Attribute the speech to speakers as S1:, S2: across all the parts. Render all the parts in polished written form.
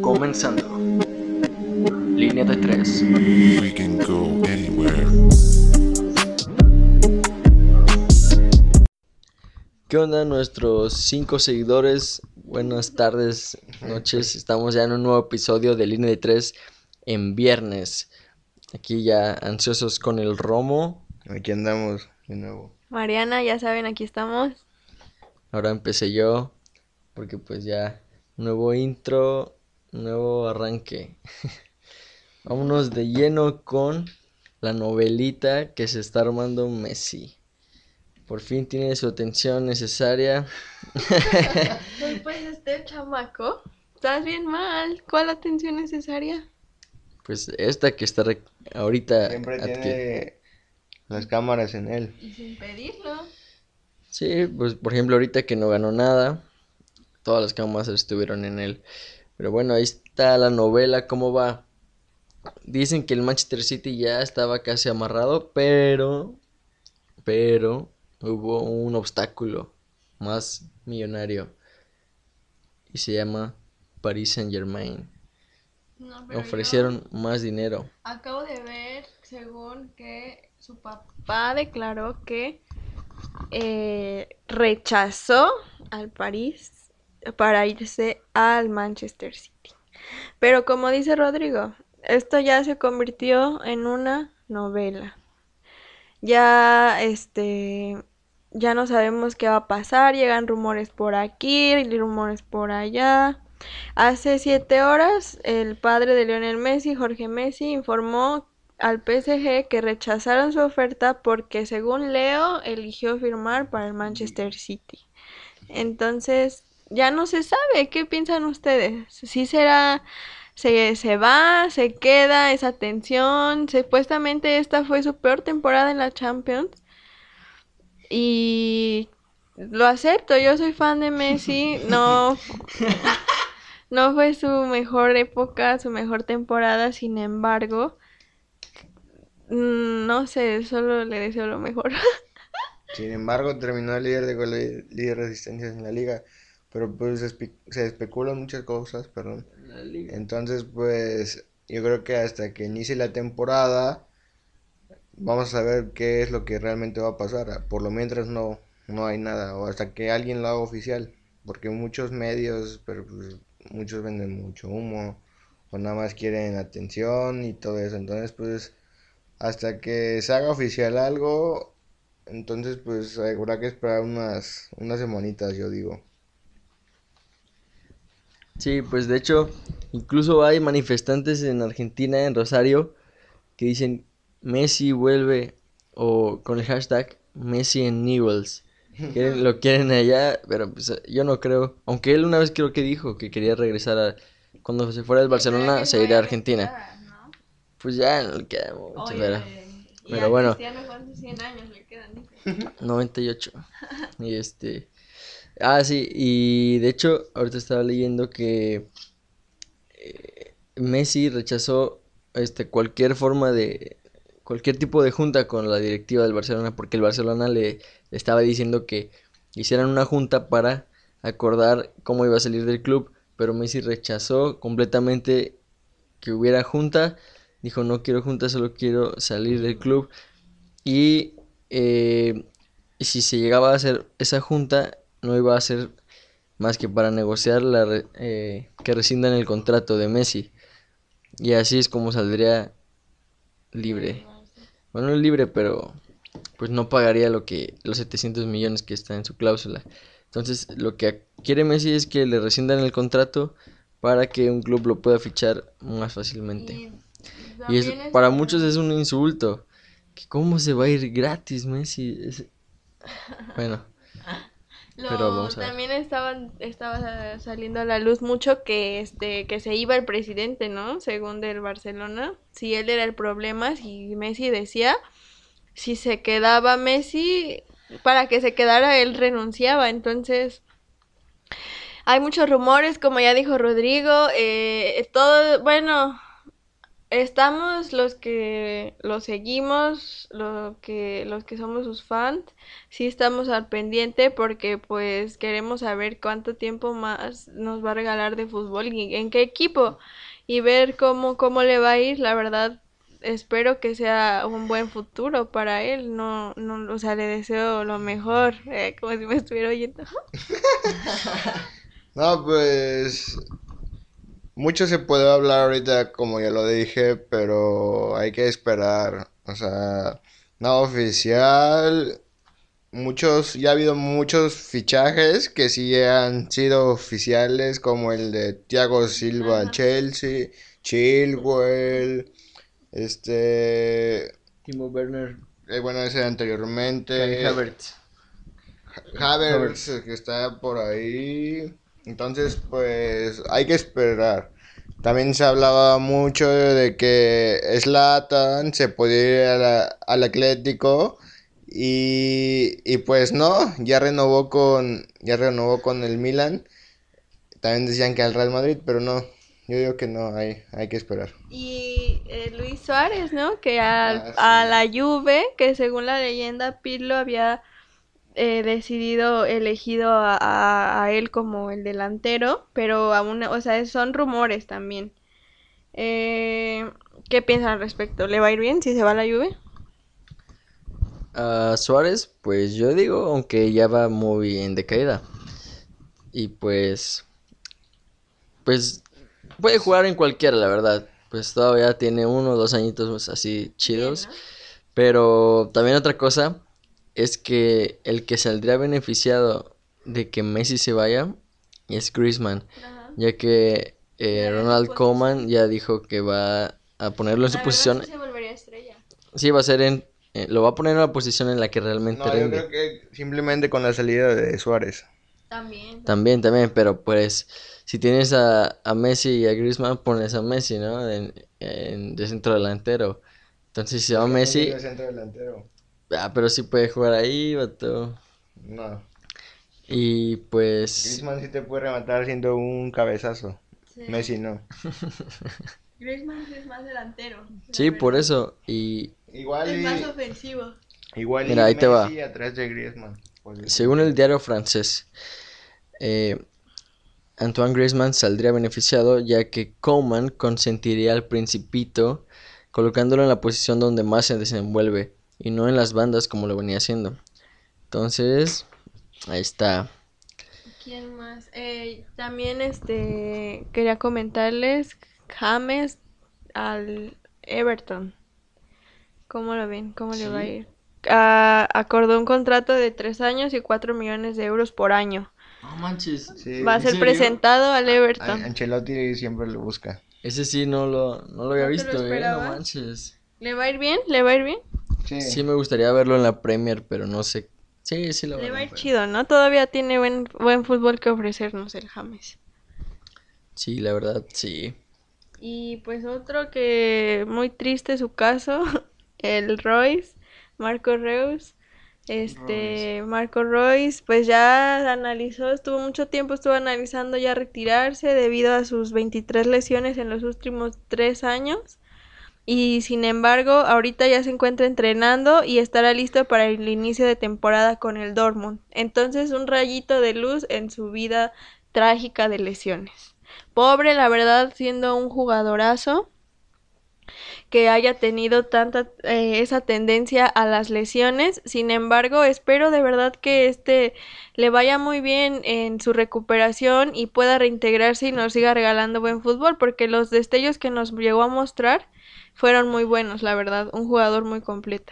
S1: Comenzando. Línea de 3.
S2: We can go anywhere.
S1: ¿Qué onda nuestros 5 seguidores? Buenas tardes, noches. Estamos ya en un nuevo episodio de Línea de 3 en viernes. Aquí ya ansiosos con el romo.
S3: Aquí andamos de nuevo.
S4: Mariana, ya saben, aquí estamos.
S1: Ahora empecé yo, porque pues ya nuevo intro, nuevo arranque. Vámonos de lleno con la novelita que se está armando Messi. Por fin tiene su atención necesaria.
S4: Pues este chamaco, estás bien mal. ¿Cuál atención necesaria?
S1: Pues esta que está ahorita
S3: Siempre tiene las cámaras en él.
S4: Y sin pedirlo.
S1: Sí, pues por ejemplo ahorita que no ganó nada, todas las cámaras estuvieron en él. Pero bueno, ahí está la novela, ¿cómo va? Dicen que el Manchester City ya estaba casi amarrado, pero hubo un obstáculo más millonario y se llama Paris Saint-Germain.
S4: No, pero
S1: Ofrecieron más dinero.
S4: yo acabo de ver, según que su papá declaró que rechazó al París para irse al Manchester City. Pero como dice Rodrigo, esto ya se convirtió en una novela. Ya, ya no sabemos qué va a pasar, llegan rumores por aquí, rumores por allá. Hace 7 horas, el padre de Lionel Messi, Jorge Messi, informó al PSG que rechazaron su oferta porque, según Leo, eligió firmar para el Manchester City. Entonces, ya no se sabe. ¿Qué piensan ustedes? ¿Sí será, se va, se queda esa tensión? Supuestamente esta fue su peor temporada en la Champions. Y lo acepto, yo soy fan de Messi. No fue su mejor época, su mejor temporada, sin embargo, no sé, solo le deseo lo mejor.
S3: Sin embargo, terminó líder de goles, líder de asistencias en la liga. Pero pues se especulan muchas cosas, perdón. Entonces, pues yo creo que hasta que inicie la temporada vamos a saber qué es lo que realmente va a pasar. Por lo mientras no hay nada, o hasta que alguien lo haga oficial. Porque muchos medios, pero pues muchos venden mucho humo, o nada más quieren atención y todo eso. Entonces, pues hasta que se haga oficial algo, entonces pues habrá que esperar unas semanitas, yo digo.
S1: Sí, pues de hecho, incluso hay manifestantes en Argentina, en Rosario, que dicen Messi vuelve, o con el hashtag Messi en Newell's. Lo quieren allá, pero pues yo no creo. Aunque él una vez creo que dijo que quería regresar cuando se fuera del Barcelona, se iría a Argentina. Pues ya no le queda mucho, pero bueno.
S4: Cristiano, ¿cuántos 100 años le quedan?
S1: 98. Y sí, y de hecho, ahorita estaba leyendo que Messi rechazó cualquier tipo de junta con la directiva del Barcelona, porque el Barcelona le estaba diciendo que hicieran una junta para acordar cómo iba a salir del club, pero Messi rechazó completamente que hubiera junta. Dijo, no quiero junta, solo quiero salir del club. Y si se llegaba a hacer esa junta, no iba a ser más que para negociar que rescindan el contrato de Messi. Y así es como saldría libre. Bueno, no libre, pero pues no pagaría los 700 millones que está en su cláusula. Entonces, lo que quiere Messi es que le rescindan el contrato para que un club lo pueda fichar más fácilmente. Y para muchos es un insulto. ¿Cómo se va a ir gratis Messi? Bueno, pero vamos a ver.
S4: También estaba saliendo a la luz mucho que que se iba el presidente, ¿no? Según del Barcelona, si él era el problema, si Messi decía, si se quedaba Messi, para que se quedara él renunciaba. Entonces, hay muchos rumores, como ya dijo Rodrigo, todo, bueno, Estamos los que lo seguimos, los que somos sus fans, sí estamos al pendiente porque pues queremos saber cuánto tiempo más nos va a regalar de fútbol y en qué equipo y ver cómo le va a ir, la verdad. Espero que sea un buen futuro para él, no, o sea, le deseo lo mejor, como si me estuviera oyendo.
S3: No, pues mucho se puede hablar ahorita, como ya lo dije, pero hay que esperar. O sea, nada oficial. Ya ha habido muchos fichajes que sí han sido oficiales, como el de Thiago Silva al
S4: Ajá.
S3: Chelsea, Chilwell, este,
S1: Timo Werner,
S3: bueno, ese
S1: Kai
S3: anteriormente,
S1: Havertz.
S3: Havertz, que está por ahí. Entonces, pues hay que esperar. También se hablaba mucho de que Zlatan se podía ir al Atlético y pues no, ya renovó con el Milan. También decían que al Real Madrid, pero no, yo digo que no, hay que esperar.
S4: Y Luis Suárez, ¿no? Que
S3: Ah,
S4: a
S3: sí.
S4: la Juve, que según la leyenda Pirlo había elegido a él como el delantero, pero aún, o sea, son rumores también. Eh, ¿Qué piensan al respecto? ¿Le va a ir bien si se va a la Juve?
S1: A Suárez, pues yo digo, aunque ya va muy en decaída. Y pues puede jugar en cualquiera, la verdad. Pues todavía tiene 1 o 2 añitos así
S4: Bien,
S1: chidos.
S4: ¿no?
S1: Pero también otra cosa es que el que saldría beneficiado de que Messi se vaya es Griezmann,
S4: Ajá.
S1: ya que
S4: Le daría su
S1: Ronald Koeman
S4: posición.
S1: ya dijo que va a ponerlo en su
S4: La verdad
S1: posición.
S4: sí se volvería estrella.
S1: Sí, va a ser lo va a poner en la posición en la que realmente
S3: No, yo
S1: rinde.
S3: creo que simplemente con la salida de Suárez.
S4: También,
S1: También, también, pero pues si tienes a Messi y a Griezmann, pones a Messi, ¿no? De centro delantero. Entonces si se
S3: Es
S1: va
S3: que no
S1: Messi,
S3: sirve centro delantero.
S1: pero sí puede jugar ahí, vato.
S3: No.
S1: Y pues
S3: Griezmann sí te puede rematar haciendo un cabezazo.
S4: sí.
S3: Messi no.
S4: Griezmann sí es más delantero, la
S1: sí, por
S4: verdad.
S1: eso. Y
S3: Igual
S4: Es más
S3: y,
S4: ofensivo.
S3: igual y
S1: mira, ahí te va.
S3: Messi atrás de Griezmann.
S1: Según el
S3: Posiblemente.
S1: diario francés, eh, Antoine Griezmann saldría beneficiado ya que Koeman consentiría al Principito colocándolo en la posición donde más se desenvuelve y no en las bandas como lo venía haciendo. Entonces, ahí está.
S4: ¿Quién más? También quería comentarles James al Everton. ¿Cómo lo ven? ¿Cómo le va a
S1: Sí.
S4: ir? Acordó un contrato de 3 años y 4 millones de euros por año.
S1: No manches.
S3: Sí,
S4: Va a
S1: ¿En
S4: ser
S1: serio?
S4: presentado al Everton.
S3: Ancelotti siempre lo busca.
S1: Ese sí no lo había
S4: ¿No te lo
S1: visto, no
S4: esperabas?
S1: manches.
S4: ¿Le va a ir bien? ¿Le va a ir bien?
S1: Sí
S3: Sí.
S1: me gustaría verlo en la Premier, pero no sé. Sí, sí lo va
S4: Le
S1: a
S4: va a ir
S1: romper.
S4: chido, ¿no? Todavía tiene buen fútbol que ofrecernos el James.
S1: Sí, la verdad, sí.
S4: Y pues otro que muy triste su caso, el Royce, Marco Reus.
S1: Royce.
S4: Marco Royce, pues ya estuvo mucho tiempo, estuvo analizando ya retirarse debido a sus 23 lesiones en los últimos 3 años. Y sin embargo, ahorita ya se encuentra entrenando y estará listo para el inicio de temporada con el Dortmund. Entonces, un rayito de luz en su vida trágica de lesiones. Pobre, la verdad, siendo un jugadorazo que haya tenido esa tendencia a las lesiones. Sin embargo, espero de verdad que le vaya muy bien en su recuperación y pueda reintegrarse y nos siga regalando buen fútbol, porque los destellos que nos llegó a mostrar fueron muy buenos, la verdad, un jugador muy completo.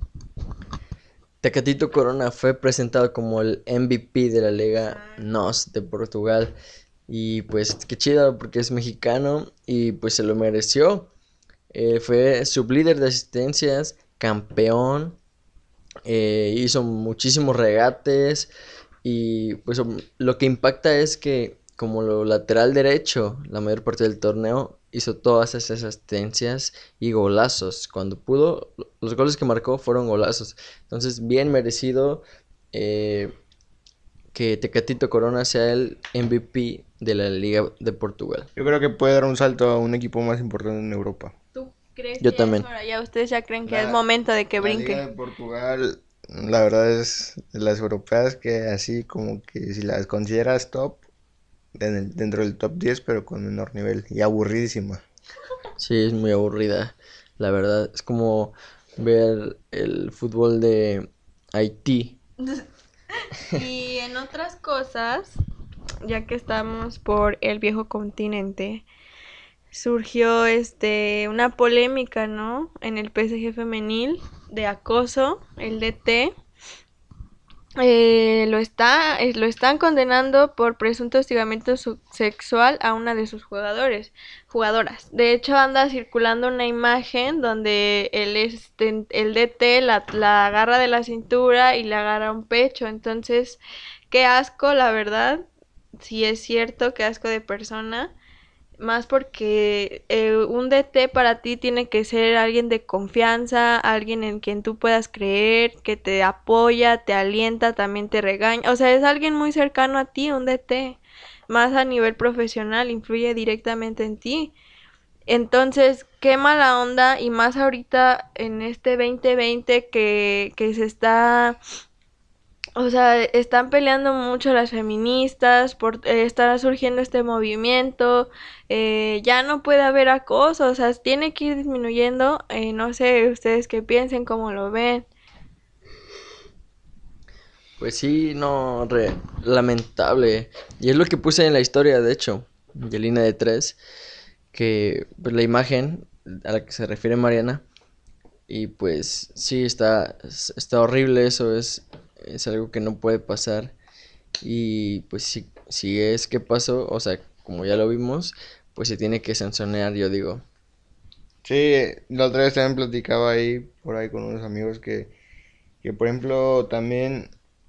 S1: Tecatito Corona fue presentado como el MVP de la Liga NOS de Portugal. Y pues qué chido porque es mexicano y pues se lo mereció. Fue sublíder de asistencias, campeón, hizo muchísimos regates y pues lo que impacta es que como lo lateral derecho, la mayor parte del torneo hizo todas esas asistencias y golazos. Cuando pudo, los goles que marcó fueron golazos. Entonces, bien merecido eh, que Tecatito Corona sea el MVP de la Liga de Portugal.
S3: Yo creo que puede dar un salto a un equipo más importante en Europa.
S4: ¿Tú ¿Crees
S1: Yo
S4: que ya es
S1: también.
S4: hora? ¿Ya ustedes ya creen que es
S3: La,
S4: momento de que
S3: la Liga
S4: brinque?
S3: de Portugal, la verdad es de las europeas que así como que si las consideras top, dentro del top 10 pero con menor nivel y aburridísima.
S1: Sí, es muy aburrida, la verdad. Es como ver el fútbol de Haití.
S4: Y en otras cosas, ya que estamos por el viejo continente, surgió una polémica, ¿no? En el PSG femenil de acoso, el DT lo están condenando por presunto hostigamiento sexual a una de sus jugadoras. De hecho, anda circulando una imagen donde el DT la agarra de la cintura y le agarra un pecho. Entonces, qué asco, la verdad. Si es cierto, qué asco de persona. Más porque un DT para ti tiene que ser alguien de confianza, alguien en quien tú puedas creer, que te apoya, te alienta, también te regaña. O sea, es alguien muy cercano a ti, un DT. Más a nivel profesional, influye directamente en ti. Entonces, qué mala onda y más ahorita en este 2020 que se está, o sea, están peleando mucho las feministas por está surgiendo este movimiento, ya no puede haber acoso, o sea, tiene que ir disminuyendo, no sé ustedes qué piensen, cómo lo ven.
S1: Pues sí, no, lamentable. Y es lo que puse en la historia, de hecho, de Línea de Tres, que pues, la imagen a la que se refiere Mariana, y pues sí, está horrible, eso es algo que no puede pasar. Y pues si es que pasó, o sea, como ya lo vimos, pues se tiene que sancionar, yo digo.
S3: Sí, la otra vez también platicaba ahí por ahí con unos amigos que por ejemplo también,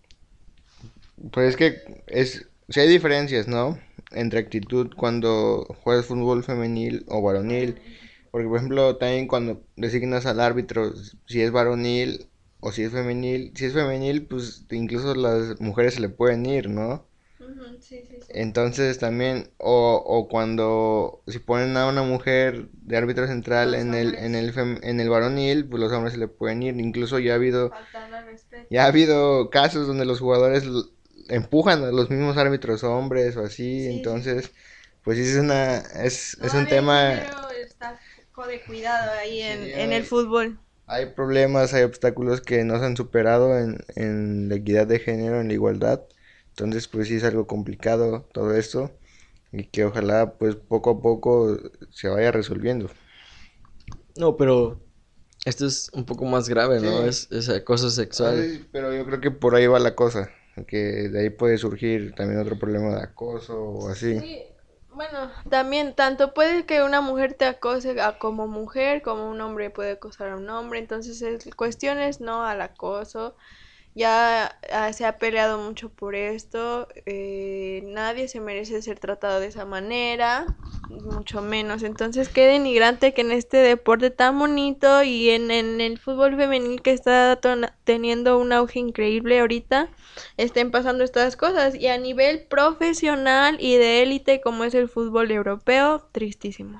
S3: pues es que sí hay diferencias, ¿no? Entre actitud cuando juegas fútbol femenil o varonil. Porque, por ejemplo, también cuando designas al árbitro, si es varonil o si es femenil, pues incluso las mujeres se le pueden ir, ¿no?
S4: Ujú, sí, sí, sí.
S3: Entonces también, o cuando si ponen a una mujer de árbitro central
S4: Los hombres
S3: en el varonil, pues los hombres se le pueden ir. Incluso
S4: faltando al respeto.
S3: ya ha habido casos donde los jugadores empujan a los mismos árbitros hombres o así.
S4: Sí, sí, sí.
S3: Entonces, pues sí es un
S4: Todavía el
S3: tema.
S4: género está de cuidado ahí
S3: Sí,
S4: en el fútbol.
S3: hay problemas, hay obstáculos que no se han superado en la equidad de género, en la igualdad. Entonces, pues sí es algo complicado todo esto y que ojalá pues poco a poco se vaya resolviendo.
S1: No, pero esto es un poco más grave,
S3: Sí,
S1: ¿no? Es acoso sexual.
S3: sí, pero yo creo que por ahí va la cosa, que de ahí puede surgir también otro problema de acoso o así.
S4: Sí, bueno, también tanto puede que una mujer te acose como mujer, como un hombre puede acosar a un hombre, entonces cuestiones no al acoso. Ya se ha peleado mucho por esto, nadie se merece ser tratado de esa manera, mucho menos. Entonces, qué denigrante que en este deporte tan bonito y en el fútbol femenil que está teniendo un auge increíble ahorita, estén pasando estas cosas. Y a nivel profesional y de élite como es el fútbol europeo, tristísimo.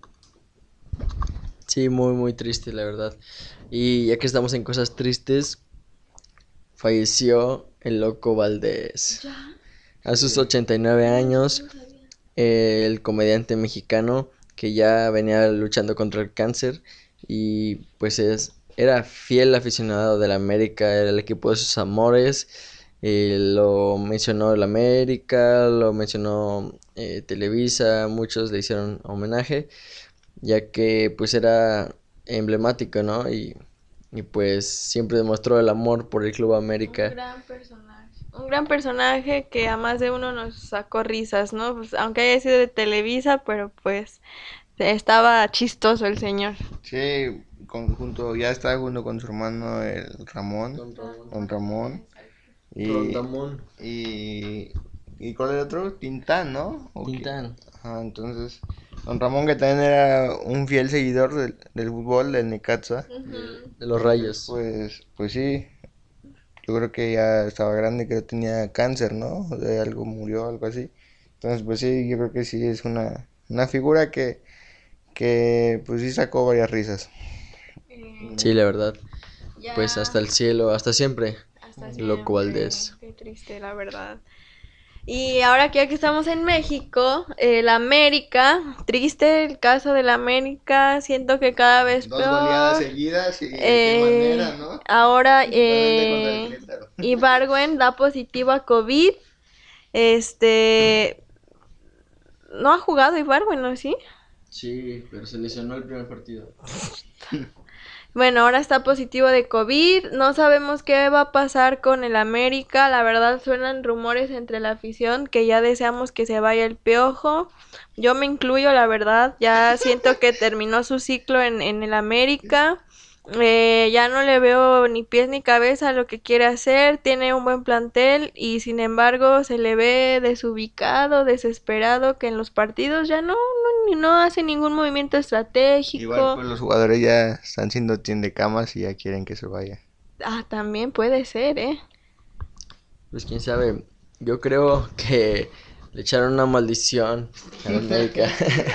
S1: Sí, muy, muy triste, la verdad. Y ya que estamos en cosas tristes, falleció el Loco Valdés. A sus 89 años, el comediante mexicano que ya venía luchando contra el cáncer y pues era fiel aficionado del América, era el equipo de sus amores. Lo mencionó el América, lo mencionó Televisa, muchos le hicieron homenaje, ya que pues era emblemático, ¿no? Y pues siempre demostró el amor por el Club
S4: Un
S1: América.
S4: gran personaje. Un gran personaje que a más de uno nos sacó risas, ¿no? Pues, aunque haya sido de Televisa, pero pues estaba chistoso el señor.
S3: Sí, ya está junto con su hermano el Ramón, don Ramón, y,
S1: Rondamón.
S3: y, y ¿cuál era el otro? Tintán, ¿no?
S1: Tintán.
S3: Ajá, entonces, don Ramón que también era un fiel seguidor del fútbol, del Necaxa,
S1: De los Rayos.
S3: pues sí, yo creo que ya estaba grande, que tenía cáncer, ¿no? De algo murió, algo así. Entonces, pues sí, yo creo que sí es una figura que pues sí sacó varias risas.
S1: Sí, la verdad.
S4: Ya,
S1: Pues hasta el cielo, hasta siempre.
S4: hasta
S1: Loco Valdés.
S4: Qué triste, la verdad. Y ahora que aquí estamos en México, el América, triste el caso del América, siento que cada vez
S3: Dos
S4: peor.
S3: goleadas seguidas y de qué manera, ¿no?
S4: Ahora,
S3: Principalmente contra el Querétaro.
S4: Ibargüen da positivo a COVID. No ha jugado Ibargüen, ¿no? ¿Sí?
S1: Sí, pero se lesionó el primer partido.
S4: Bueno, ahora está positivo de COVID. No sabemos qué va a pasar con el América. La verdad suenan rumores entre la afición que ya deseamos que se vaya el Piojo. Yo me incluyo, la verdad. Ya siento que terminó su ciclo en el América. Ya no le veo ni pies ni cabeza a lo que quiere hacer. Tiene un buen plantel y sin embargo se le ve desubicado, desesperado, que en los partidos ya no hace ningún movimiento estratégico.
S3: Igual pues los jugadores ya están siendo tiendecamas y ya quieren que se vaya.
S4: Ah, también puede ser, ¿eh?
S1: Pues quién sabe. Yo creo que le echaron una maldición a la América.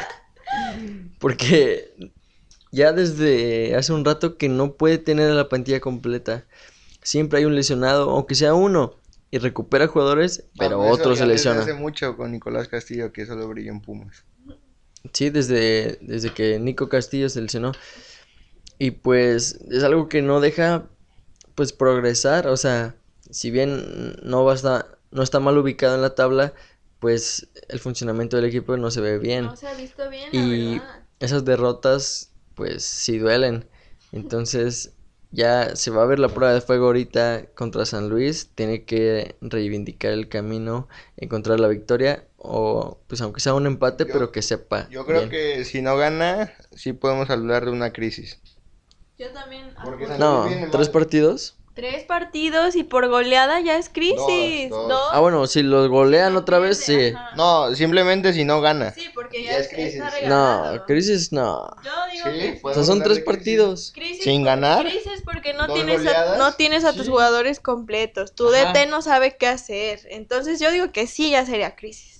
S1: Porque ya desde hace un rato que no puede tener a la plantilla completa. Siempre hay un lesionado, aunque sea uno, y recupera jugadores, pero
S3: Eso
S1: otro
S3: ya
S1: se
S3: desde
S1: lesiona.
S3: hace mucho con Nicolás Castillo que solo brilla en Pumas.
S1: Sí, desde que Nico Castillo se lesionó. Y pues es algo que no deja pues progresar. O sea, si bien no está mal ubicado en la tabla, pues el funcionamiento del equipo no se ve bien.
S4: No se ha visto bien, la
S1: Y
S4: verdad.
S1: esas derrotas pues sí duelen. Entonces ya se va a ver la prueba de fuego ahorita contra San Luis. Tiene que reivindicar el camino, encontrar la victoria o pues aunque sea un empate, pero que sepa
S3: Yo creo
S1: bien.
S3: que si no gana, sí podemos hablar de una crisis.
S4: Yo también.
S3: Porque San
S1: No,
S3: Luis viene
S1: 3
S3: mal.
S1: partidos.
S4: 3 partidos y por goleada ya es crisis.
S3: Dos.
S1: Ah, bueno, si los golean
S4: No
S1: otra vez,
S4: pierde,
S1: sí.
S4: ajá.
S3: No, simplemente si no gana.
S4: Sí, porque
S3: Ya
S4: ya
S3: es crisis.
S4: está
S1: No,
S4: regalado.
S1: crisis no.
S4: Yo digo
S3: Sí,
S4: que sí.
S1: O
S3: podemos
S1: sea, son
S3: hablar
S1: 3
S3: de crisis.
S1: partidos.
S4: Crisis
S3: ¿Sin ganar?
S4: Crisis porque no
S3: ¿Dos
S4: tienes
S3: goleadas?
S4: no tienes a tus
S1: Sí.
S4: jugadores completos. Tu
S1: Ajá.
S4: DT no sabe qué hacer. Entonces yo digo que sí, ya sería crisis.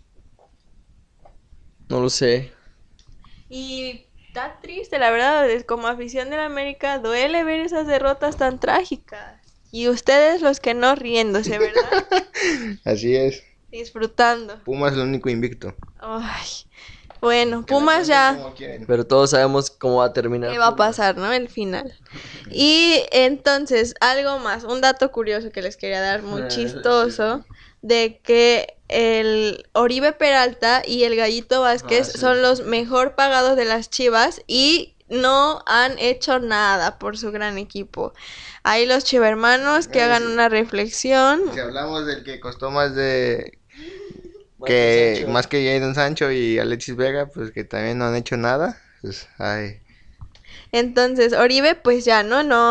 S1: No lo sé.
S4: Y está triste, la verdad, como afición de la América, duele ver esas derrotas tan trágicas. Y ustedes los que no riéndose, ¿verdad?
S3: Así es.
S4: Disfrutando.
S3: Pumas es el único invicto.
S4: Ay. Bueno,
S3: Que la
S4: Pumas
S3: cuenten
S4: ya.
S3: como quieren.
S1: Pero todos sabemos cómo va a terminar.
S4: ¿Qué va a
S1: Pumas.
S4: pasar, no? El final. Y entonces, algo más, un dato curioso que les quería dar, muy chistoso, de que el Oribe Peralta y el Gallito Vázquez
S1: Ah, sí.
S4: son los mejor pagados de las Chivas y no han hecho nada por su gran equipo. Ahí los chivermanos que hagan una reflexión.
S3: Si hablamos del que costó más de
S1: Más
S3: que
S1: Sancho.
S3: más que Jadon Sancho y Alexis Vega, pues que también no han hecho nada. Pues ay,
S4: Entonces, Oribe, pues ya,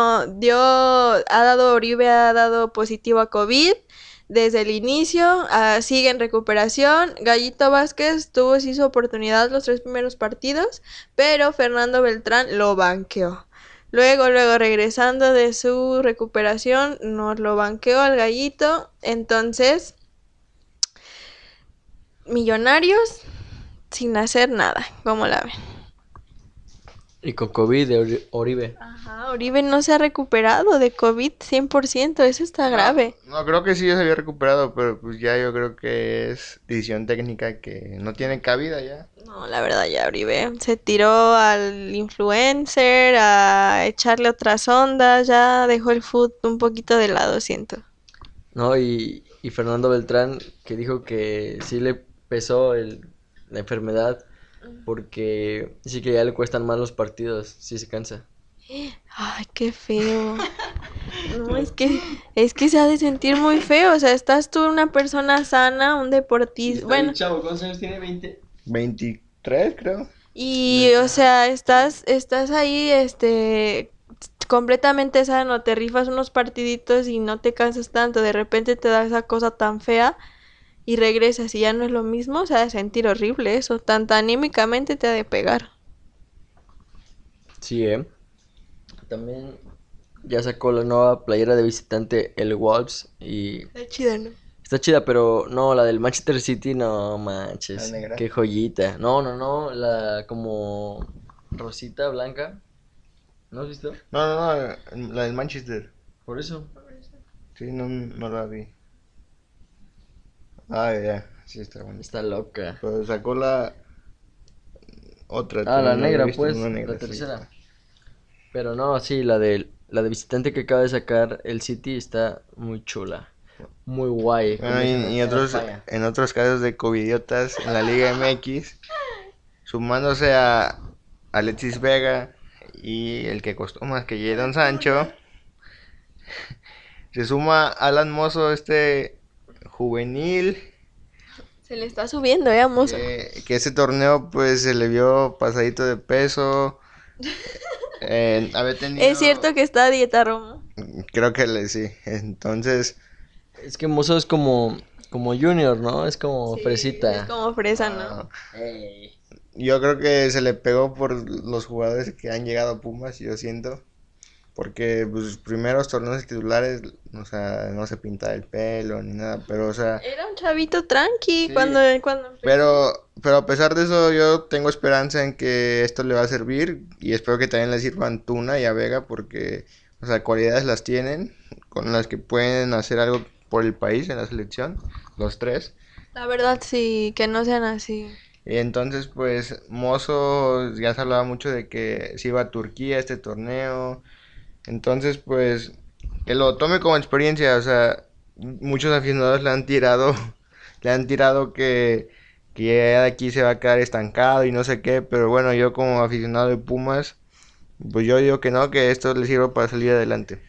S4: Oribe ha dado positivo a COVID desde el inicio, sigue en recuperación. Gallito Vázquez sí su oportunidad los 3 primeros partidos, pero Fernando Beltrán lo banqueó. Luego, regresando de su recuperación, nos lo banqueó al Gallito. Entonces, Millonarios sin hacer nada, ¿cómo la ven?
S1: Y con COVID de Oribe.
S4: Ajá, Oribe no se ha recuperado de COVID 100%, eso está grave.
S3: no creo que sí ya se había recuperado, pero pues ya yo creo que es decisión técnica que no tiene cabida ya.
S4: No, la verdad ya Oribe se tiró al influencer, a echarle otras ondas, ya dejó el fútbol un poquito de lado, siento.
S1: No, y Fernando Beltrán que dijo que sí le pesó la enfermedad porque sí que ya le cuestan más los partidos, sí se cansa.
S4: Ay, qué feo. No, es que se ha de sentir muy feo, o sea, estás tú una persona sana, un deportista, bueno,
S1: chavo, ¿cuántos años tiene? 20.
S3: 23 creo.
S4: y o sea, estás ahí, completamente sano, te rifas unos partiditos y no te cansas tanto, de repente te da esa cosa tan fea y regresas y ya no es lo mismo, o sea, de sentir horrible eso, tanto anímicamente te ha de pegar.
S1: Sí, También ya sacó la nueva playera de visitante el Wolves y
S4: Está chida, ¿no?
S1: Está chida, pero no, la del Manchester City, no
S3: ¿La
S1: manches.
S3: negra?
S1: Qué joyita. No, la como rosita blanca. ¿No has visto?
S3: No, la del Manchester.
S1: Por eso.
S3: Sí, no la vi. Ah, ya, sí está bonita.
S1: Está loca.
S3: Pero sacó la otra,
S1: Ah, la
S3: también había
S1: negra,
S3: visto
S1: pues,
S3: una negra,
S1: la
S3: sí.
S1: tercera. Pero no, sí, la de visitante que acaba de sacar el City está muy chula. Muy guay.
S3: Bueno,
S1: como
S3: y,
S1: dicen
S3: y
S1: en
S3: otros,
S1: España.
S3: en otros casos de covidiotas en la Liga MX, sumándose a Alexis Vega y el que costó más que Jadon Sancho, se suma Alan Mozo, este juvenil,
S4: Se le está subiendo, Mozo.
S3: que ese torneo pues se le vio pasadito de peso. Había tenido,
S4: Es cierto que está a dieta Romo.
S3: creo que sí. Entonces,
S1: Es que Mozo es como Junior, ¿no? Es como
S4: Sí,
S1: fresita.
S4: es como fresa, ¿no?
S3: ah,
S1: Ey.
S3: yo creo que se le pegó por los jugadores que han llegado a Pumas, yo siento. Porque pues primeros torneos titulares, o sea, no se pintaba el pelo ni nada, pero o sea,
S4: Era un chavito tranqui
S3: Sí.
S4: cuando empezó.
S3: pero a pesar de eso yo tengo esperanza en que esto le va a servir y espero que también le sirvan Antuna y a Vega porque, o sea, cualidades las tienen con las que pueden hacer algo por el país en la selección, los tres.
S4: La verdad, sí, que no sean así.
S3: Y entonces, pues, Mozo ya se hablaba mucho de que se iba a Turquía este torneo. Entonces, pues, que lo tome como experiencia. O sea, muchos aficionados le han tirado que ya de aquí se va a quedar estancado y no sé qué. Pero bueno, yo como aficionado de Pumas, pues yo digo que no, que esto le sirva para salir adelante.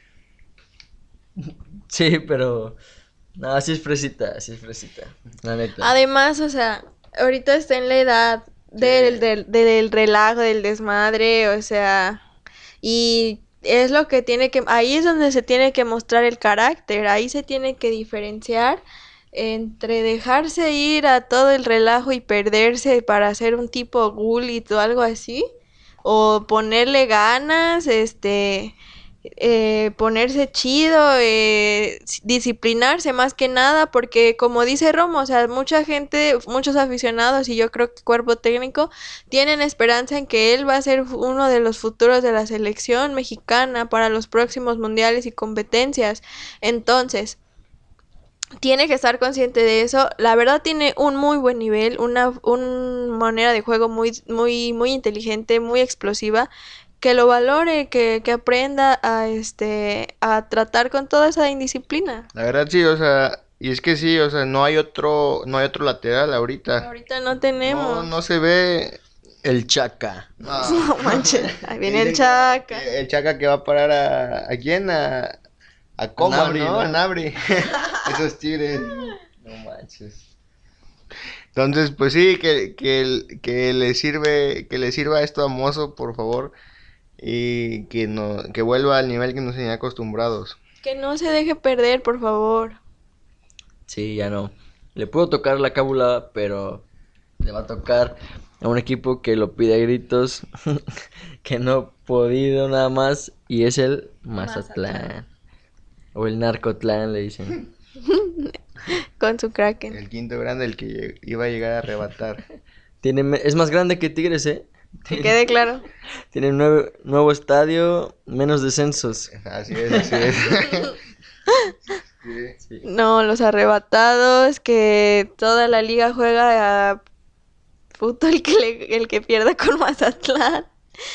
S1: Sí, pero. No, así es fresita, la neta.
S4: Además, o sea, ahorita está en la edad del relajo, del desmadre, o sea, y es lo que ahí es donde se tiene que mostrar el carácter, ahí se tiene que diferenciar entre dejarse ir a todo el relajo y perderse para ser un tipo gullit o algo así, o ponerle ganas, ponerse chido, disciplinarse más que nada, porque como dice Romo, o sea, mucha gente, muchos aficionados y yo creo que cuerpo técnico tienen esperanza en que él va a ser uno de los futuros de la selección mexicana para los próximos mundiales y competencias. Entonces, tiene que estar consciente de eso. La verdad tiene un muy buen nivel, una manera de juego muy inteligente, muy explosiva. Que lo valore, que aprenda a tratar con toda esa indisciplina.
S3: La verdad sí, o sea, y es que sí, o sea, no hay otro lateral ahorita.
S4: Ahorita no tenemos.
S3: No se ve.
S1: El Chaca.
S3: No.
S4: No manches, ahí viene el
S3: Dicen
S4: Chaca.
S3: el Chaca que va a parar ¿a quién? A Coma,
S1: Nabri,
S3: ¿no?
S1: ¿no?
S3: A Nabri. Esos tigres.
S1: No manches.
S3: Entonces, pues sí, que le sirva esto a Mozo, por favor. Y que vuelva al nivel que nos tenía acostumbrados.
S4: Que no se deje perder, por favor.
S1: Sí, ya no. Le puedo tocar la cábula, pero le va a tocar a un equipo que lo pide a gritos, que no ha podido nada más, y es el Mazatlán. O el Narcotlán, le dicen.
S4: Con su Kraken.
S3: El quinto grande, el que iba a llegar a arrebatar.
S1: Es más grande que Tigres, ¿eh?
S4: Que quede claro.
S1: Tiene un nuevo estadio, menos descensos.
S3: Así es, así es. Sí.
S1: Sí.
S4: No, los arrebatados, que toda la liga juega a puto el que pierda con Mazatlán.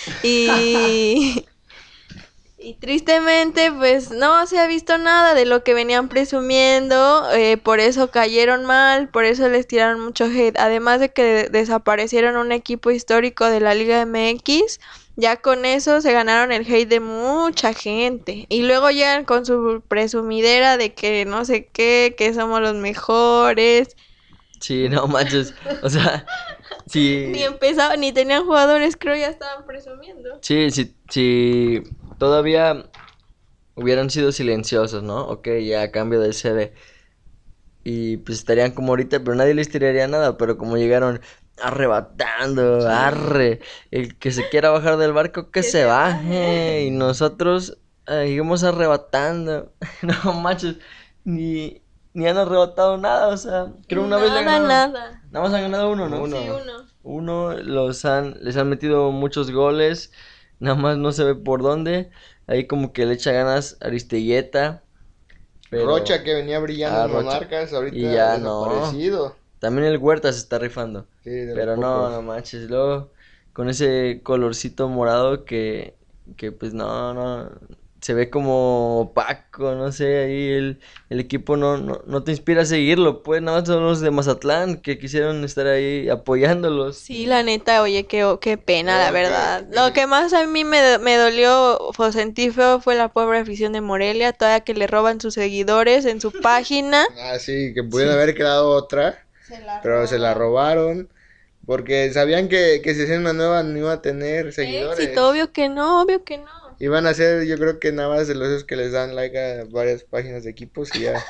S4: Y tristemente, pues no se ha visto nada de lo que venían presumiendo, por eso cayeron mal, por eso les tiraron mucho hate, además de que desaparecieron un equipo histórico de la Liga MX, ya con eso se ganaron el hate de mucha gente, y luego llegan con su presumidera de que no sé qué, que somos los mejores,
S1: Sí, no manches. O sea, sí.
S4: ni empezaban, ni tenían jugadores, creo ya estaban presumiendo.
S1: Sí, todavía hubieran sido silenciosos, ¿no? Ok, ya a cambio de sede. Y pues estarían como ahorita, pero nadie les tiraría nada. Pero como llegaron arrebatando, arre, el que se quiera bajar del barco, que se baje. Y nosotros seguimos arrebatando. No manches, ni ni han arrebatado nada, o sea, creo una vez le ganaron.
S4: Nada.
S1: Nada más han ganado uno, ¿no?
S3: Uno.
S4: Sí, uno.
S1: Uno, les han metido muchos goles, nada más no se ve por dónde. Ahí como que le echa ganas Aristeguieta. Pero
S3: Rocha, que venía brillando en
S1: Rocha.
S3: Monarcas, ahorita
S1: Y ya no.
S3: desaparecido.
S1: también el Huerta se está rifando.
S3: Sí, de los
S1: Pero no,
S3: pocos.
S1: no manches, luego con ese colorcito morado que pues no, se ve como opaco, no sé, ahí el equipo no te inspira a seguirlo, pues nada más son los de Mazatlán que quisieron estar ahí apoyándolos.
S4: Sí, la neta, oye, qué pena, la
S3: Creo que-
S4: verdad. Lo que más a mí me dolió o sentí feo fue la pobre afición de Morelia, todavía que le roban sus seguidores en su página.
S3: Ah, sí, que pudieron haber creado otra, pero se la robaron. Porque sabían que si hacían una nueva no iba a tener seguidores.
S4: Éxito, obvio que no, obvio que no.
S3: Iban a ser, yo creo que nada más de los esos que les dan like a varias páginas de equipos y ya.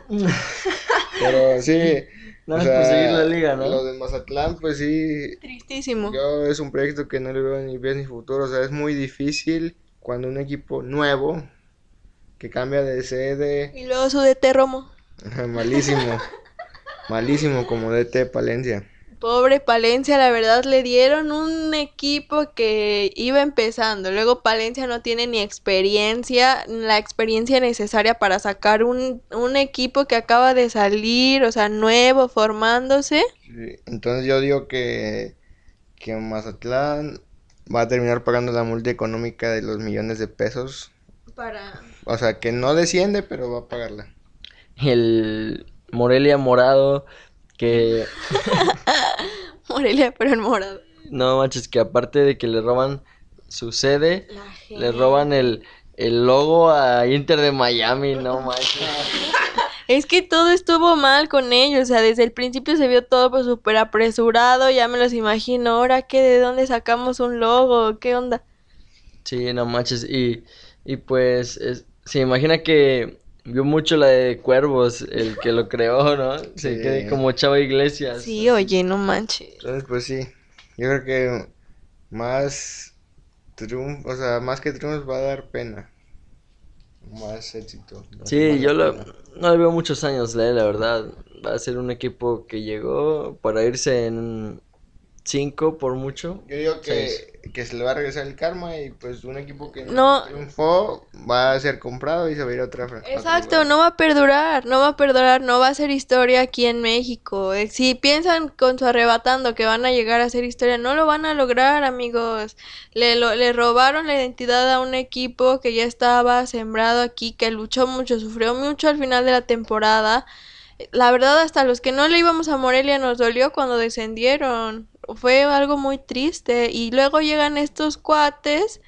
S3: Pero sí,
S1: Nada más por seguir la liga, ¿no?
S3: Los de Mazatlán, pues sí,
S4: Tristísimo.
S3: es un proyecto que no le veo ni pies ni futuro. O sea, es muy difícil cuando un equipo nuevo que cambia de sede,
S4: Y luego su DT Romo.
S3: malísimo, malísimo como DT Palencia.
S4: Pobre Palencia, la verdad le dieron un equipo que iba empezando. Luego Palencia no tiene ni experiencia, la experiencia necesaria para sacar un equipo que acaba de salir, o sea, nuevo, formándose.
S3: Sí, entonces yo digo que Mazatlán va a terminar pagando la multa económica de los millones de pesos.
S4: Para...
S3: O sea, que no desciende, pero va a pagarla.
S1: El Morelia morado que
S4: Morelia, pero en morado.
S1: no manches, que aparte de que le roban su sede, le roban el logo a Inter de Miami, no manches.
S4: Es que todo estuvo mal con ellos, o sea, desde el principio se vio todo pues súper apresurado, ya me los imagino, ahora qué, ¿de dónde sacamos un logo? ¿Qué onda?
S1: Sí, no manches, y pues se imagina que vio mucho la de Cuervos, el que lo creó, ¿no? Se
S3: Sí.
S1: quede como Chava Iglesias.
S4: Sí, oye, no manches.
S3: Entonces, pues sí, yo creo que más triunfo, o sea, más que triunfos va a dar pena. Más éxito.
S1: Sí,
S3: Más
S1: yo
S3: pena.
S1: no le veo muchos años, la verdad. Va a ser un equipo que llegó para irse en 5 por mucho.
S3: Yo digo
S1: Seis.
S3: que se le va a regresar el karma y pues un equipo que
S4: No.
S3: triunfó va a ser comprado y se va a ir a otra
S4: Exacto, no va a perdurar, no va a perdurar, no va a ser historia aquí en México. Si piensan con su arrebatando que van a llegar a ser historia, no lo van a lograr, amigos. Le robaron la identidad a un equipo que ya estaba sembrado aquí, que luchó mucho, sufrió mucho al final de la temporada. La verdad, hasta los que no le íbamos a Morelia nos dolió cuando descendieron. Fue algo muy triste. Y luego llegan estos cuates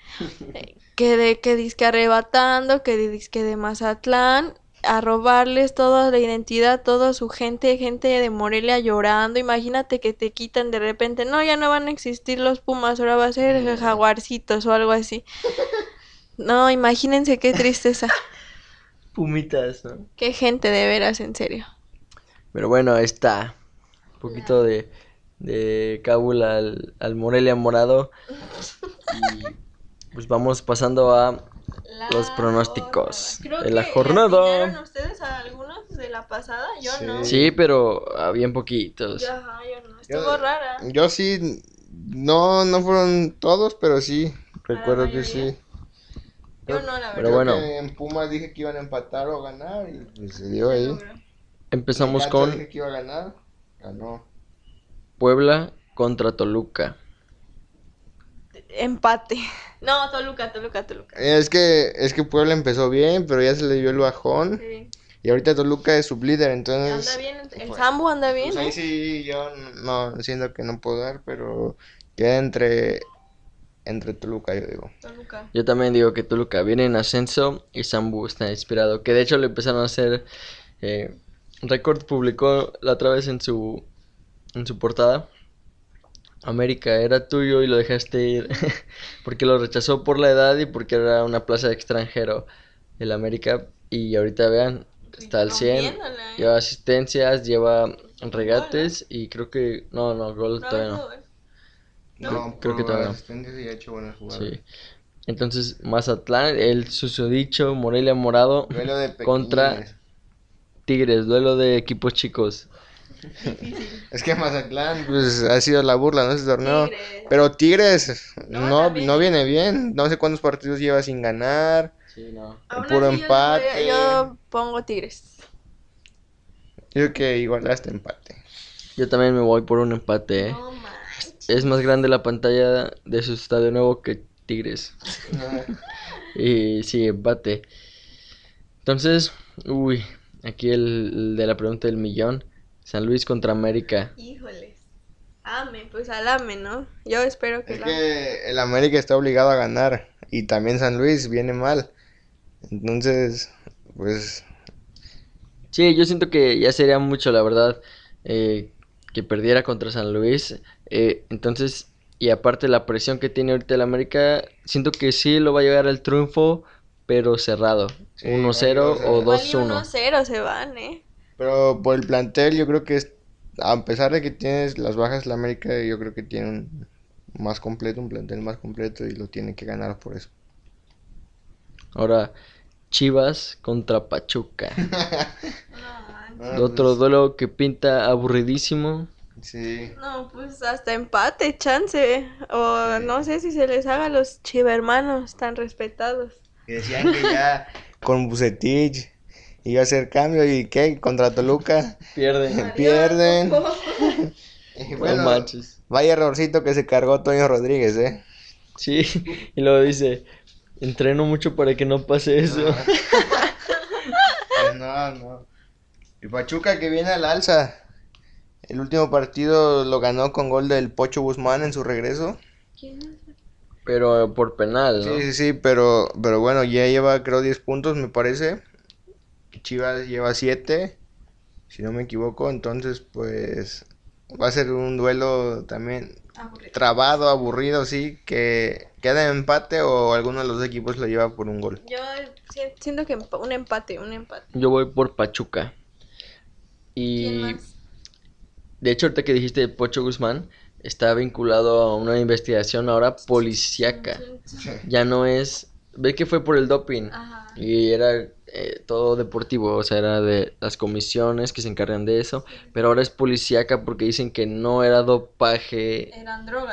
S4: que dizque arrebatando, que dizque de Mazatlán, a robarles toda la identidad, toda su gente de Morelia llorando. Imagínate que te quitan de repente, no, ya no van a existir los Pumas, ahora va a ser Jaguarcitos o algo así. No, imagínense qué tristeza.
S1: Pumitas, ¿no?
S4: Qué gente de veras, en serio.
S1: Pero bueno, ahí está. Un poquito de cábula al Morelia morado. Y pues vamos pasando a los pronósticos de la jornada.
S4: ¿Atinaron ustedes a algunos de la pasada? Yo
S3: Sí.
S4: no.
S1: Sí, pero bien poquitos.
S4: Yo no. Estuvo rara.
S3: Yo sí, no fueron todos, pero sí, recuerdo que
S4: mayoría?
S3: sí.
S4: Yo no, la
S1: Pero
S4: verdad.
S1: bueno.
S3: Que en Pumas dije que iban a empatar o ganar y pues se dio ahí.
S1: Empezamos
S3: Necaxa
S1: con
S3: dije que iba a ganar, ganó.
S1: Puebla contra Toluca.
S4: Empate. No, Toluca.
S3: Es que Puebla empezó bien, pero ya se le dio el bajón.
S4: Sí.
S3: Y ahorita Toluca es sublíder,
S4: Anda
S3: entonces
S4: bien, el Sambo anda bien,
S3: pues ahí
S4: ¿no?
S3: sí yo no siento que no puedo dar, pero queda entre Toluca, yo digo.
S4: Toluca.
S1: Yo también digo que Toluca viene en ascenso y Sambu está inspirado. Que de hecho le empezaron a hacer. Record publicó la otra vez en su portada. América era tuyo y lo dejaste ir. Porque lo rechazó por la edad y porque era una plaza de extranjero. El América. Y ahorita vean, está al 100.
S4: Rompiéndola, ¿eh?
S1: Lleva asistencias, lleva regates. Y creo que. No, gol todavía no. Creo que
S3: por
S1: todavía no.
S3: asistencia sí ha hecho buenas jugadas.
S1: Sí. Entonces, Mazatlán, el susodicho Morelia Morado
S3: Duelo de
S1: contra
S3: pequeñines.
S1: Tigres, duelo de equipos chicos.
S3: Es que Mazatlán, pues ha sido la burla, ¿no? Ese torneo.
S4: Tigres.
S3: Pero Tigres no
S4: también.
S3: viene bien. No sé cuántos partidos lleva sin ganar.
S1: Sí, no.
S4: Aún
S3: Puro
S4: así,
S3: empate.
S4: yo pongo Tigres.
S3: Yo creo que igual hasta empate.
S1: Yo también me voy por un empate, ¿eh?
S4: No manches.
S1: Es más grande la pantalla de su estadio nuevo que Tigres. Y sí, empate. Entonces, aquí el de la pregunta del millón. San Luis contra América.
S4: Híjoles. Pues al AME, ¿no? Yo espero que
S3: Es
S4: el
S3: que el América está obligado a ganar. Y también San Luis viene mal. Entonces, pues
S1: Sí, yo siento que ya sería mucho, la verdad, que perdiera contra San Luis. Entonces, y aparte la presión que tiene ahorita el América, siento que sí lo va a llegar al triunfo, pero cerrado.
S3: Sí,
S1: 1-0 o
S4: igual y
S1: 2-1.
S4: 1-0 se van, ¿eh?
S3: pero por el plantel yo creo que a pesar de que tienes las bajas la América, yo creo que tiene un plantel más completo y lo tiene que ganar por eso.
S1: Ahora, Chivas contra Pachuca.
S3: Ah,
S1: Otro
S3: pues,
S1: duelo que pinta aburridísimo.
S3: sí.
S4: No, pues hasta empate, chance. O
S3: Sí.
S4: no sé si se les haga a los chivermanos tan respetados.
S3: Que decían que ya con Bucetich iba a hacer cambio y ¿qué? Contra Toluca
S1: Pierden.
S3: pierden. Y
S1: No
S3: bueno,
S1: manches.
S3: vaya errorcito que se cargó Toño Rodríguez, ¿eh?
S1: Sí, y luego dice, entreno mucho para que no pase eso.
S3: No. Y Pachuca que viene al alza. El último partido lo ganó con gol del Pocho Guzmán en su regreso.
S4: ¿Quién es?
S1: Pero por penal, ¿no?
S3: Sí, pero bueno, ya lleva creo 10 puntos me parece. Chivas lleva 7, si no me equivoco. Entonces pues va a ser un duelo también
S4: Aburrido.
S3: trabado, aburrido, sí. Que queda en empate o alguno de los equipos lo lleva por un gol.
S4: Yo siento que un empate.
S1: Yo voy por Pachuca.
S4: ¿Quién
S1: Y
S4: más?
S1: de hecho, ahorita que dijiste Pocho Guzmán, está vinculado a una investigación ahora policíaca. Ya no es... Ve que fue por el doping.
S4: Ajá.
S1: Y era todo deportivo, o sea, era de las comisiones que se encargan de eso. Pero ahora es policíaca porque dicen que no era dopaje
S4: Eran drogas.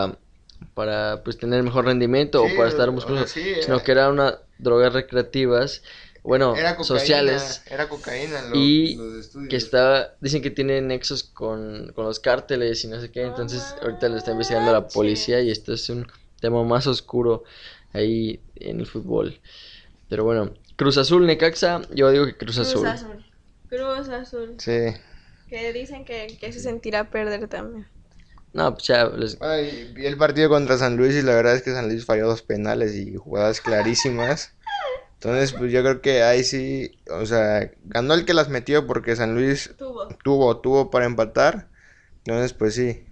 S1: para pues tener mejor rendimiento
S3: Sí,
S1: o para estar
S3: o
S1: musculoso,
S3: sea, sí,
S1: sino que era una drogas recreativas, bueno,
S3: Era cocaína,
S1: sociales.
S3: Era cocaína
S1: Y
S3: los estudios.
S1: que dicen que tiene nexos con los cárteles y no sé qué, entonces ahorita lo está investigando la policía y esto es un tema más oscuro ahí en el fútbol. Pero bueno, Cruz Azul, Necaxa, yo digo que Cruz Azul.
S4: Cruz Azul.
S3: Sí.
S4: Que dicen que se sentirá perder también.
S1: No, pues ya,
S3: Ay, vi el partido contra San Luis y la verdad es que San Luis falló 2 penales y jugadas clarísimas. Entonces, pues yo creo que ahí sí, o sea, ganó el que las metió porque San Luis tuvo para empatar. Entonces, pues sí.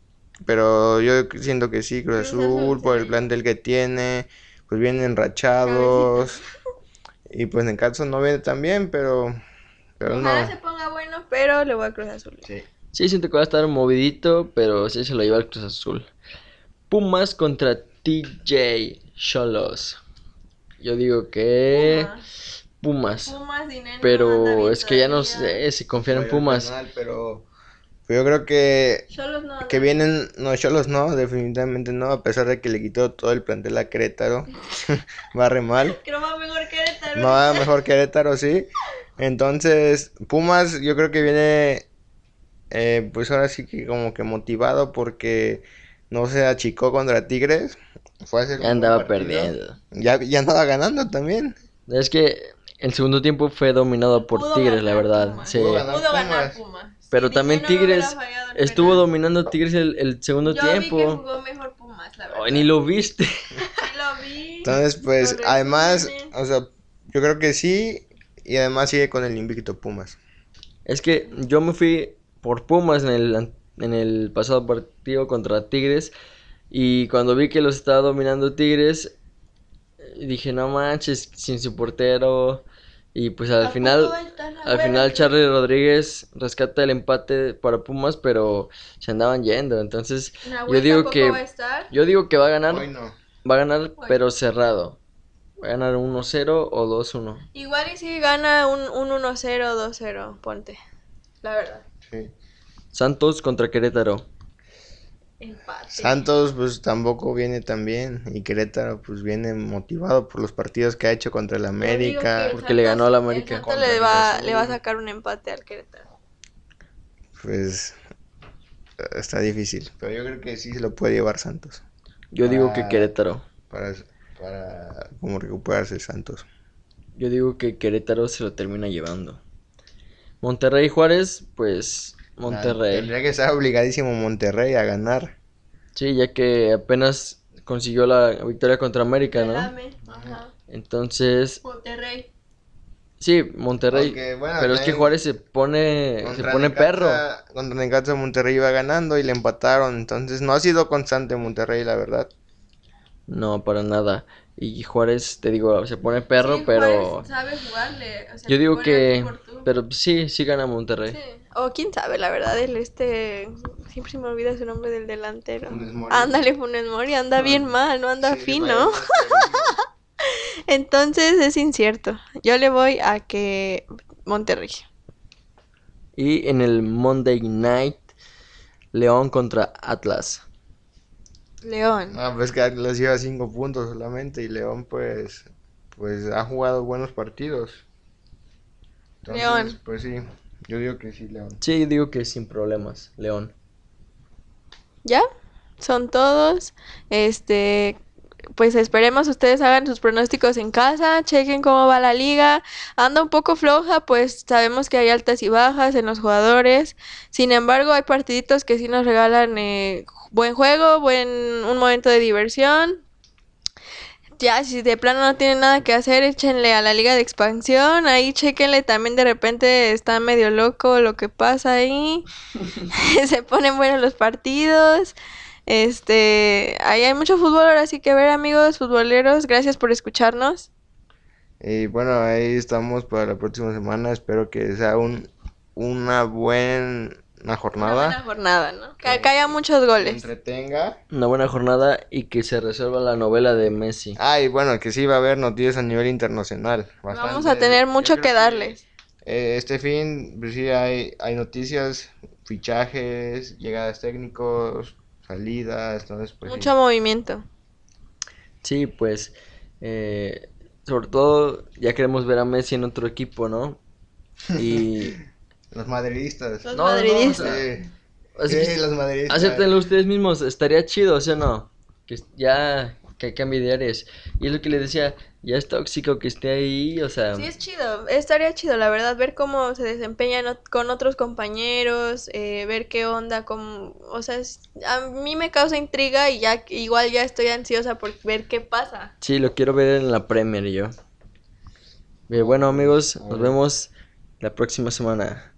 S3: Pero yo siento que sí, Cruz Azul, por el plantel que tiene, pues vienen enrachados. Y pues Necaxa no viene tan bien, pero
S4: Ojalá se
S3: no.
S4: ponga bueno, pero le voy a Cruz Azul.
S3: Sí.
S1: sí siento que va a estar movidito, pero sí se lo lleva el Cruz Azul. Pumas contra TJ Cholos. Yo digo que Pumas.
S4: Pumas, dinero, anda
S1: Pero
S4: bien
S1: es que ya no
S4: todavía.
S1: sé si confiar en
S3: Falló el
S1: Pumas.
S3: penal, pero yo creo que
S4: Cholos no
S3: que
S4: anda
S3: vienen, no, Cholos no, definitivamente no, a pesar de que le quitó todo el plantel a Querétaro, va re mal,
S4: Creo va mejor Querétaro.
S3: no va mejor Querétaro, sí, entonces Pumas yo creo que viene, pues ahora sí que como que motivado porque no se achicó contra Tigres, fue a hacer
S1: Ya
S3: un buen
S1: andaba
S3: partido.
S1: perdiendo.
S3: Ya andaba ganando también,
S1: Es que el segundo tiempo fue dominado por
S4: Pudo
S1: Tigres, la
S4: ganar
S1: verdad.
S4: Pumas.
S1: Sí.
S3: Pudo ganar.
S4: Pudo ganar
S3: Pumas.
S4: Pumas.
S1: Pero
S4: Si
S1: también
S4: Dineno no hubiera
S1: Tigres
S4: fallado el
S1: estuvo
S4: penal.
S1: dominando Tigres el segundo
S4: Yo vi que
S1: tiempo.
S4: jugó mejor Pumas, la verdad.
S1: Ay, ni lo viste.
S4: Sí lo vi.
S3: entonces pues
S4: Los
S3: además,
S4: resúmenes.
S3: o sea, yo creo que sí, y además sigue con el invicto Pumas.
S1: Es que yo me fui por Pumas en el pasado partido contra Tigres. Y cuando vi que los estaba dominando Tigres, dije, no manches, sin su portero. Y pues al
S4: ¿A
S1: final,
S4: poco va a estar la
S1: al
S4: buena?
S1: final Charlie Rodríguez rescata el empate para Pumas, pero se andaban yendo. Entonces,
S4: Nahuel
S1: yo digo
S4: tampoco
S1: que
S4: va a estar.
S1: yo digo que va a ganar,
S3: Hoy no.
S1: va a ganar,
S4: Hoy.
S1: pero cerrado. Va a ganar 1-0 o 2-1.
S4: Igual y si gana un 1-0, 2-0, ponte. La verdad.
S3: Sí.
S1: Santos contra Querétaro.
S4: Empate.
S3: Santos pues tampoco viene tan bien y Querétaro pues viene motivado por los partidos que ha hecho contra el
S4: Yo digo
S3: América.
S4: que el
S1: Porque le ganó al
S4: Santos-
S1: América.
S4: el Santos
S3: Contra
S4: le
S3: Cruz
S4: va
S3: Azul.
S4: a sacar un empate al Querétaro.
S3: Pues está difícil, pero yo creo que sí se lo puede llevar Santos
S1: Yo digo que
S3: Ah.
S1: Querétaro.
S3: para como recuperarse Santos.
S1: Yo digo que Querétaro se lo termina llevando. Monterrey Juárez, pues Monterrey.
S3: Tendría que estar obligadísimo Monterrey a ganar.
S1: Sí, ya que apenas consiguió la victoria contra América, ¿no?
S4: Dame, ajá.
S1: Entonces,
S4: Monterrey.
S1: sí, Monterrey.
S3: Aunque, bueno,
S1: Pero es que
S3: también
S1: Juárez se pone perro.
S3: Contra Necaxa Monterrey iba ganando y le empataron, entonces no ha sido constante Monterrey, la verdad.
S1: No, para nada. Y Juárez, te digo, se pone perro,
S4: Sí,
S1: pero
S4: Juárez sabe jugarle. O sea,
S1: yo digo
S4: pone
S1: que,
S4: al tú por tú.
S1: pero sí gana Monterrey.
S4: Sí. O quién sabe, la verdad, siempre se me olvida su nombre del delantero.
S3: Funes Mori.
S4: Ándale, Funes Mori, anda bien mal, no anda
S3: Sí,
S4: fino.
S3: vaya,
S4: Entonces es incierto. Yo le voy a que Monterrey.
S1: Y en el Monday Night, León contra Atlas.
S4: León.
S3: Ah, pues que Atlas lleva 5 puntos solamente y León pues ha jugado buenos partidos. Entonces,
S4: León.
S3: Pues sí, yo digo que sí, León.
S1: Sí, digo que sin problemas, León.
S4: ¿Ya? Son todos. Pues esperemos ustedes hagan sus pronósticos en casa, chequen cómo va la liga. Anda un poco floja, pues sabemos que hay altas y bajas en los jugadores. Sin embargo, hay partiditos que sí nos regalan buen juego, un momento de diversión. Ya, si de plano no tienen nada que hacer, échenle a la liga de expansión. Ahí chequenle también, de repente está medio loco lo que pasa ahí. Se ponen buenos los partidos. Ahí hay mucho fútbol ahora sí que ver, amigos futboleros. Gracias por escucharnos.
S3: Y bueno, ahí estamos para la próxima semana. Espero que sea una buena
S4: Una
S3: jornada.
S4: buena jornada, ¿no? Que haya muchos goles.
S3: Entretenga.
S1: Una buena jornada y que se resuelva la novela de Messi.
S3: Ah, y bueno, que sí va a haber noticias a nivel internacional.
S4: Vamos a tener mucho
S3: Yo
S4: que
S3: creo
S4: darles.
S3: Este fin, pues sí hay noticias, fichajes, llegadas técnicos, salidas, entonces pues
S4: Mucho movimiento.
S1: Sí, pues, sobre todo ya queremos ver a Messi en otro equipo, ¿no? Y
S3: los madridistas.
S4: Los
S1: No, no,
S4: madridistas.
S1: o sea,
S3: Sí,
S1: es
S3: sí,
S1: que
S3: los madridistas.
S1: acéptenlo ustedes mismos, estaría chido, ¿sí o no? Que ya que cambie de áreas. Y es lo que les decía, ya es tóxico que esté ahí, o sea,
S4: Sí, es chido, estaría chido, la verdad, ver cómo se desempeñan con otros compañeros, ver qué onda, o sea, a mí me causa intriga y ya igual ya estoy ansiosa por ver qué pasa.
S1: sí, lo quiero ver en la Premier yo. Bien, bueno, amigos, nos vemos la próxima semana.